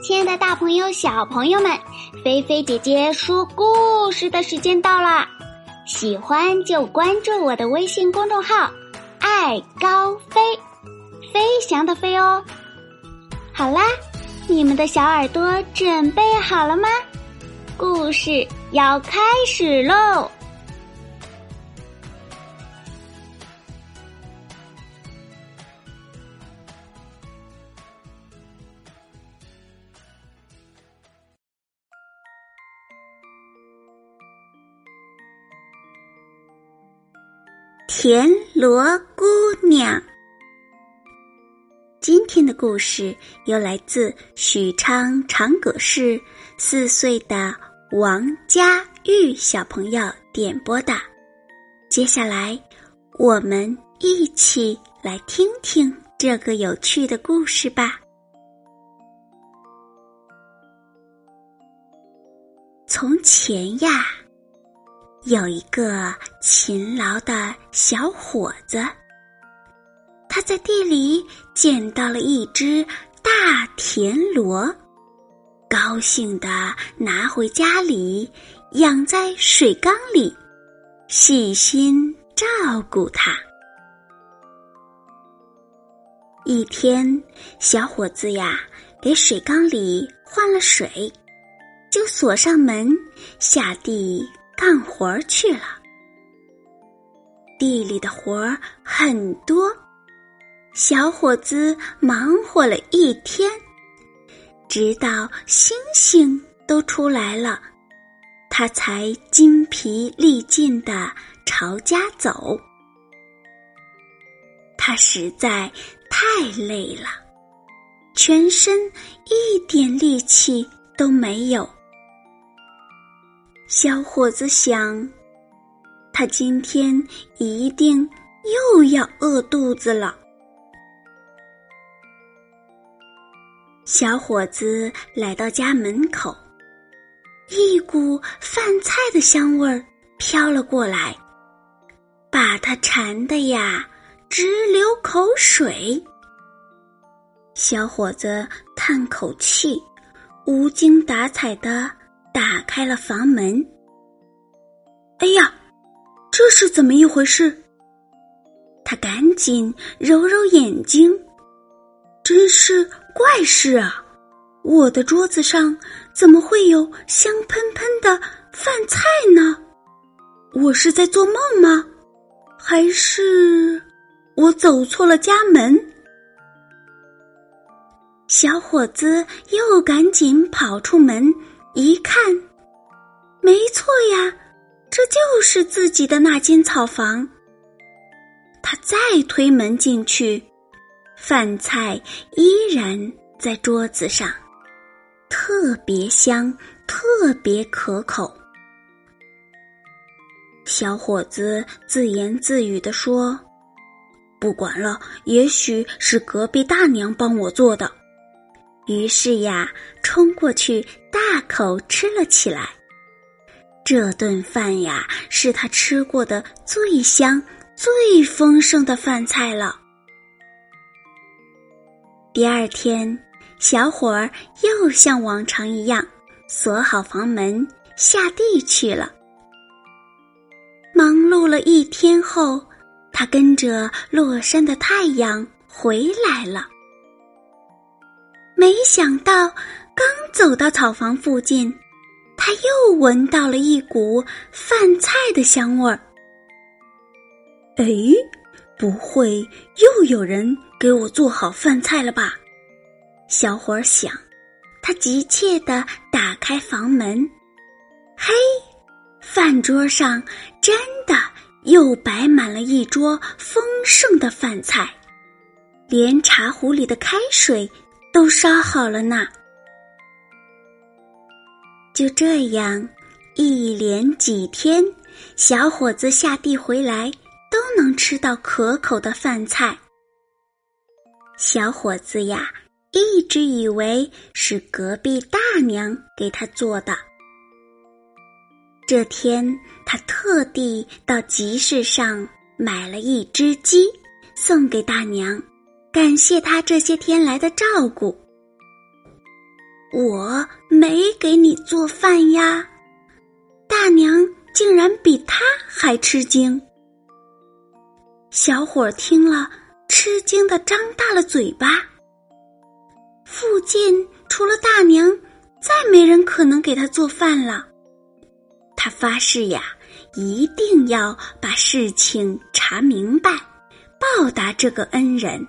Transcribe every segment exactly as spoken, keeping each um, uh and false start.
亲爱的大朋友小朋友们，菲菲姐姐说故事的时间到啦！喜欢就关注我的微信公众号爱高飞，飞翔的飞哦。好啦，你们的小耳朵准备好了吗？故事要开始喽！田螺姑娘。今天的故事由来自许昌长葛市四岁的王佳玉小朋友点播的。接下来，我们一起来听听这个有趣的故事吧。从前呀，有一个勤劳的小伙子，他在地里捡到了一只大田螺，高兴地拿回家里，养在水缸里，细心照顾它。一天，小伙子呀，给水缸里换了水，就锁上门，下地干活儿去了。地里的活儿很多，小伙子忙活了一天，直到星星都出来了，他才筋疲力尽地朝家走。他实在太累了，全身一点力气都没有。小伙子想，他今天一定又要饿肚子了。小伙子来到家门口，一股饭菜的香味儿飘了过来，把他馋得呀直流口水。小伙子叹口气，无精打采地打开了房门。哎呀，这是怎么一回事？他赶紧揉揉眼睛，真是怪事啊！我的桌子上怎么会有香喷喷的饭菜呢？我是在做梦吗？还是我走错了家门？小伙子又赶紧跑出门，一看，没错呀，这就是自己的那间草房。他再推门进去，饭菜依然在桌子上，特别香，特别可口。小伙子自言自语地说，不管了，也许是隔壁大娘帮我做的。于是呀，冲过去大口吃了起来。这顿饭呀，是他吃过的最香、最丰盛的饭菜了。第二天，小伙儿又像往常一样锁好房门，下地去了。忙碌了一天后，他跟着落山的太阳回来了。没想到刚走到草房附近，他又闻到了一股饭菜的香味儿。哎，不会又有人给我做好饭菜了吧？小伙儿想，他急切地打开房门，嘿，饭桌上真的又摆满了一桌丰盛的饭菜，连茶壶里的开水都烧好了呢。就这样，一连几天，小伙子下地回来都能吃到可口的饭菜。小伙子呀，一直以为是隔壁大娘给他做的。这天，他特地到集市上买了一只鸡，送给大娘，感谢她这些天来的照顾。 我没给你做饭呀。大娘竟然比他还吃惊。小伙听了，吃惊地张大了嘴巴。附近除了大娘，再没人可能给他做饭了。他发誓呀，一定要把事情查明白，报答这个恩人。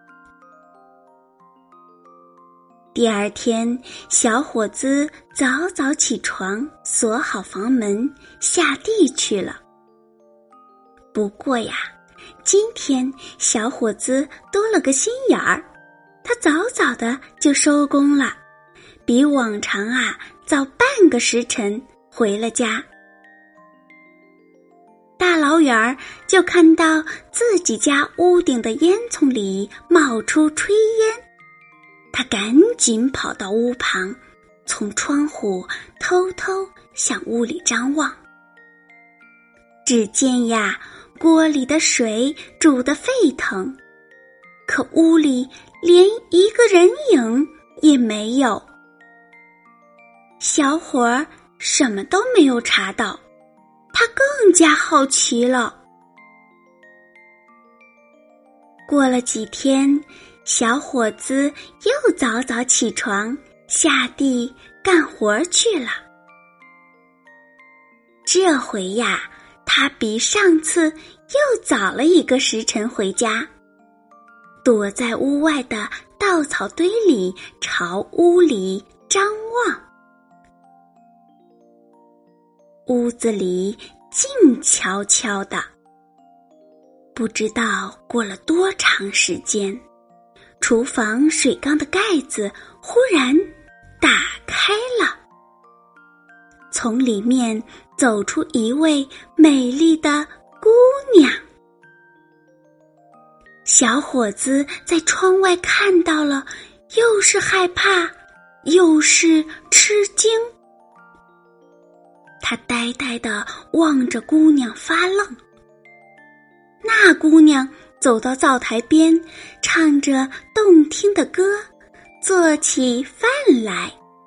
第二天，小伙子早早起床，锁好房门，下地去了。不过呀，今天小伙子多了个心眼儿，他早早的就收工了，比往常啊早半个时辰回了家。大老远儿就看到自己家屋顶的烟囱里冒出炊烟，他赶紧跑到屋旁，从窗户偷偷向屋里张望。只见呀，锅里的水煮得沸腾，可屋里连一个人影也没有。小伙儿什么都没有查到，他更加好奇了。过了几天，小伙子又早早起床，下地干活去了。这回呀，他比上次又早了一个时辰回家，躲在屋外的稻草堆里朝屋里张望。屋子里静悄悄的，不知道过了多长时间，厨房水缸的盖子忽然打开了，从里面走出一位美丽的姑娘。小伙子在窗外看到了，又是害怕，又是吃惊。他呆呆地望着姑娘发愣。那姑娘走到灶台边，唱着动听的歌，做起饭来。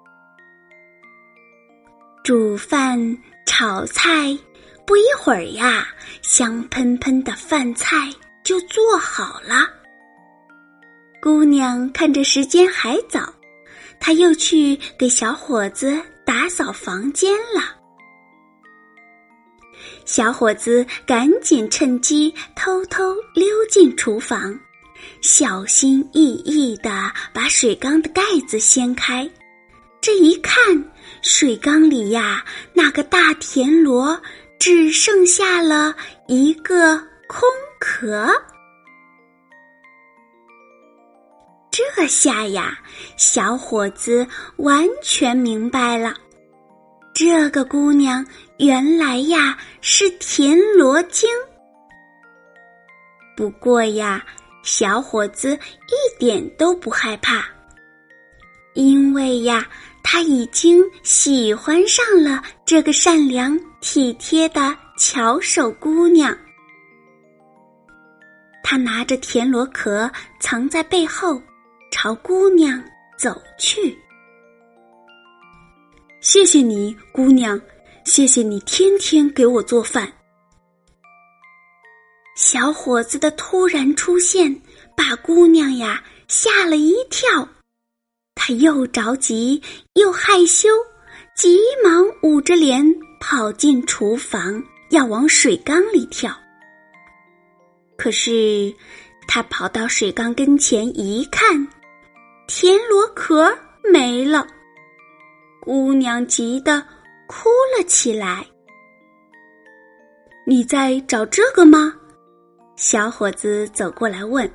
煮饭炒菜，不一会儿呀，香喷喷的饭菜就做好了。姑娘看着时间还早，她又去给小伙子打扫房间了。小伙子赶紧趁机偷偷溜进厨房，小心翼翼地把水缸的盖子掀开。这一看，水缸里呀，那个大田螺只剩下了一个空壳。这下呀，小伙子完全明白了，这个姑娘原来呀是田螺精。不过呀，小伙子一点都不害怕，因为呀，他已经喜欢上了这个善良体贴的巧手姑娘。他拿着田螺壳藏在背后，朝姑娘走去。谢谢你，姑娘，谢谢你天天给我做饭。小伙子的突然出现把姑娘呀吓了一跳，她又着急又害羞，急忙捂着脸跑进厨房，要往水缸里跳。可是她跑到水缸跟前一看，田螺壳没了。姑娘急得哭了起来。你在找这个吗？小伙子走过来问。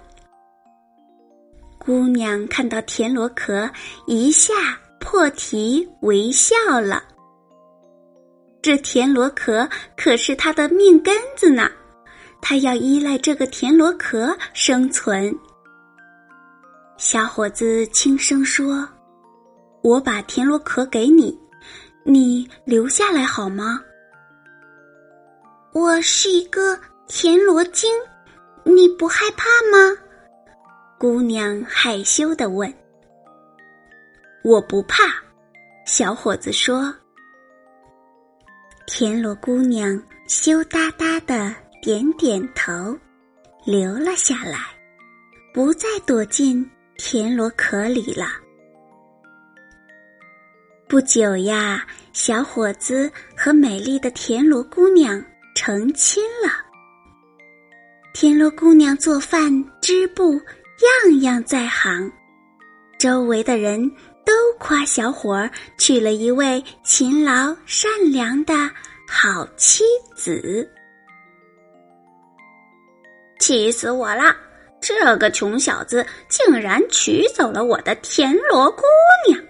姑娘看到田螺壳，一下破涕为笑了。这田螺壳可是她的命根子呢，她要依赖这个田螺壳生存。小伙子轻声说，我把田螺壳给你，你留下来好吗？我是一个田螺精，你不害怕吗？姑娘害羞地问。 我不怕。小伙子说。田螺姑娘羞答答地点点头，留了下来，不再躲进田螺壳里了。不久呀，小伙子和美丽的田螺姑娘成亲了。田螺姑娘做饭织布样样在行，周围的人都夸小伙儿娶了一位勤劳善良的好妻子。气死我了！这个穷小子竟然娶走了我的田螺姑娘。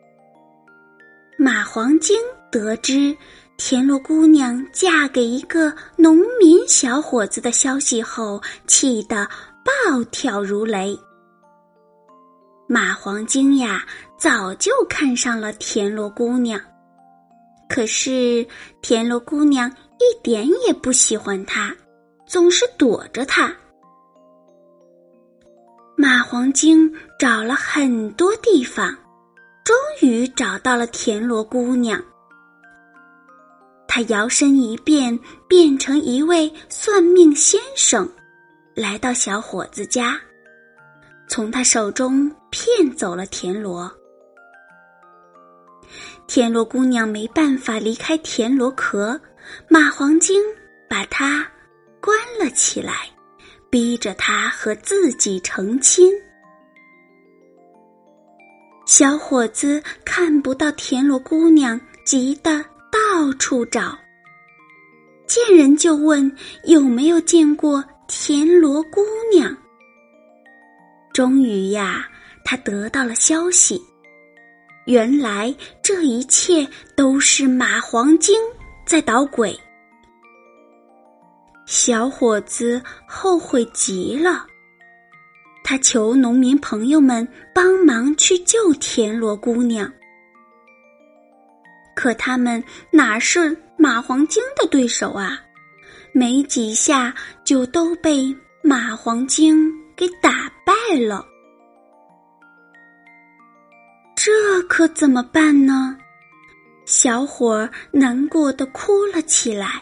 马黄精得知田螺姑娘嫁给一个农民小伙子的消息后，气得暴跳如雷。马黄精呀，早就看上了田螺姑娘，可是田螺姑娘一点也不喜欢他，总是躲着他。马黄精找了很多地方，终于找到了田螺姑娘。他摇身一变，变成一位算命先生，来到小伙子家，从他手中骗走了田螺。田螺姑娘没办法离开田螺壳，马黄精把她关了起来，逼着她和自己成亲。小伙子看不到田螺姑娘，急得到处找，见人就问有没有见过田螺姑娘。终于呀，他得到了消息，原来这一切都是马黄精在捣鬼。小伙子后悔极了，他求农民朋友们帮忙去救田螺姑娘。可他们哪是马黄精的对手啊？没几下就都被马黄精给打败了。这可怎么办呢？小伙儿难过地哭了起来。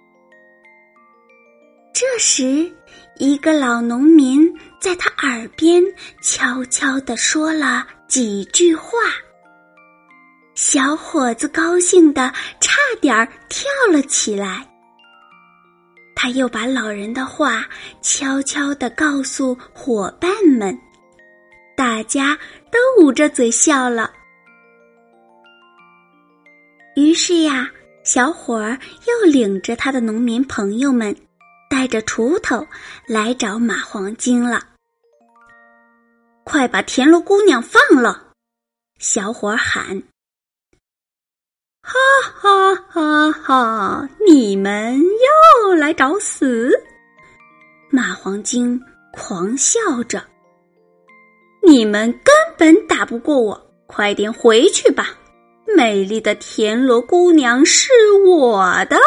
这时，一个老农民在他耳边悄悄地说了几句话。小伙子高兴得差点儿跳了起来。他又把老人的话悄悄地告诉伙伴们，大家都捂着嘴笑了。于是呀，小伙儿又领着他的农民朋友们，带着锄头来找马黄精了。快把田螺姑娘放了！小伙儿喊。哈哈哈哈！你们又来找死！马黄精狂笑着。你们根本打不过我，快点回去吧！美丽的田螺姑娘是我的。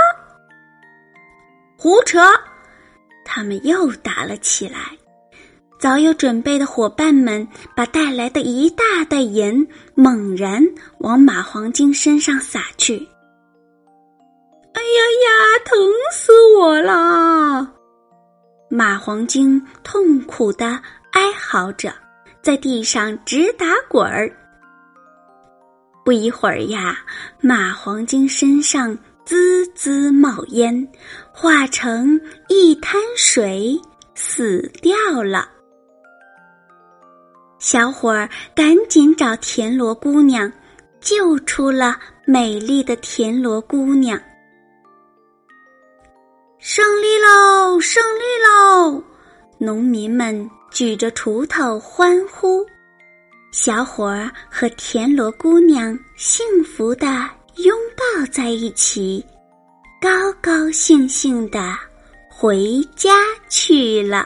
胡扯！他们又打了起来。早有准备的伙伴们把带来的一大袋盐猛然往马黄精身上撒去。哎呀呀，疼死我了！马黄精痛苦地哀嚎着，在地上直打滚儿。不一会儿呀，马黄精身上滋滋冒烟，化成一滩水死掉了。小伙儿赶紧找田螺姑娘，救出了美丽的田螺姑娘。胜利喽！胜利喽！农民们举着锄头欢呼。小伙儿和田螺姑娘幸福地拥抱在一起，高高兴兴地回家去了。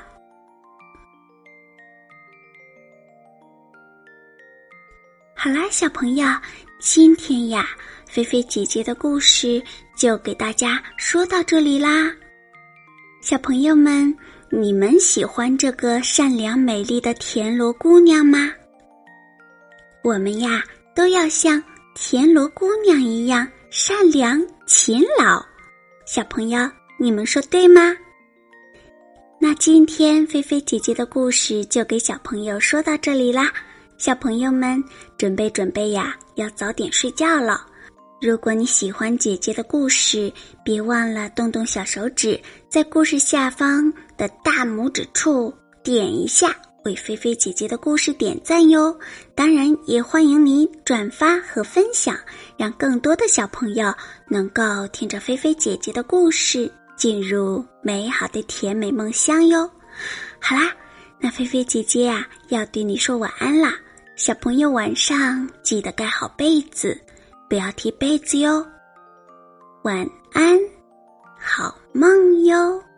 好啦，小朋友，今天呀，菲菲姐姐的故事就给大家说到这里啦。小朋友们，你们喜欢这个善良美丽的田螺姑娘吗？我们呀， 都要像田螺姑娘一样善良勤劳。小朋友，你们说对吗？那今天菲菲姐姐的故事就给小朋友说到这里啦，小朋友们准备准备呀，要早点睡觉了。如果你喜欢姐姐的故事，别忘了动动小手指，在故事下方的大拇指处点一下，为菲菲姐姐的故事点赞哟。当然也欢迎你转发和分享，让更多的小朋友能够听着菲菲姐姐的故事进入美好的甜美梦乡哟。好啦，那菲菲姐姐啊，要对你说晚安啦。小朋友晚上记得盖好被子，不要踢被子哟。晚安，好梦哟。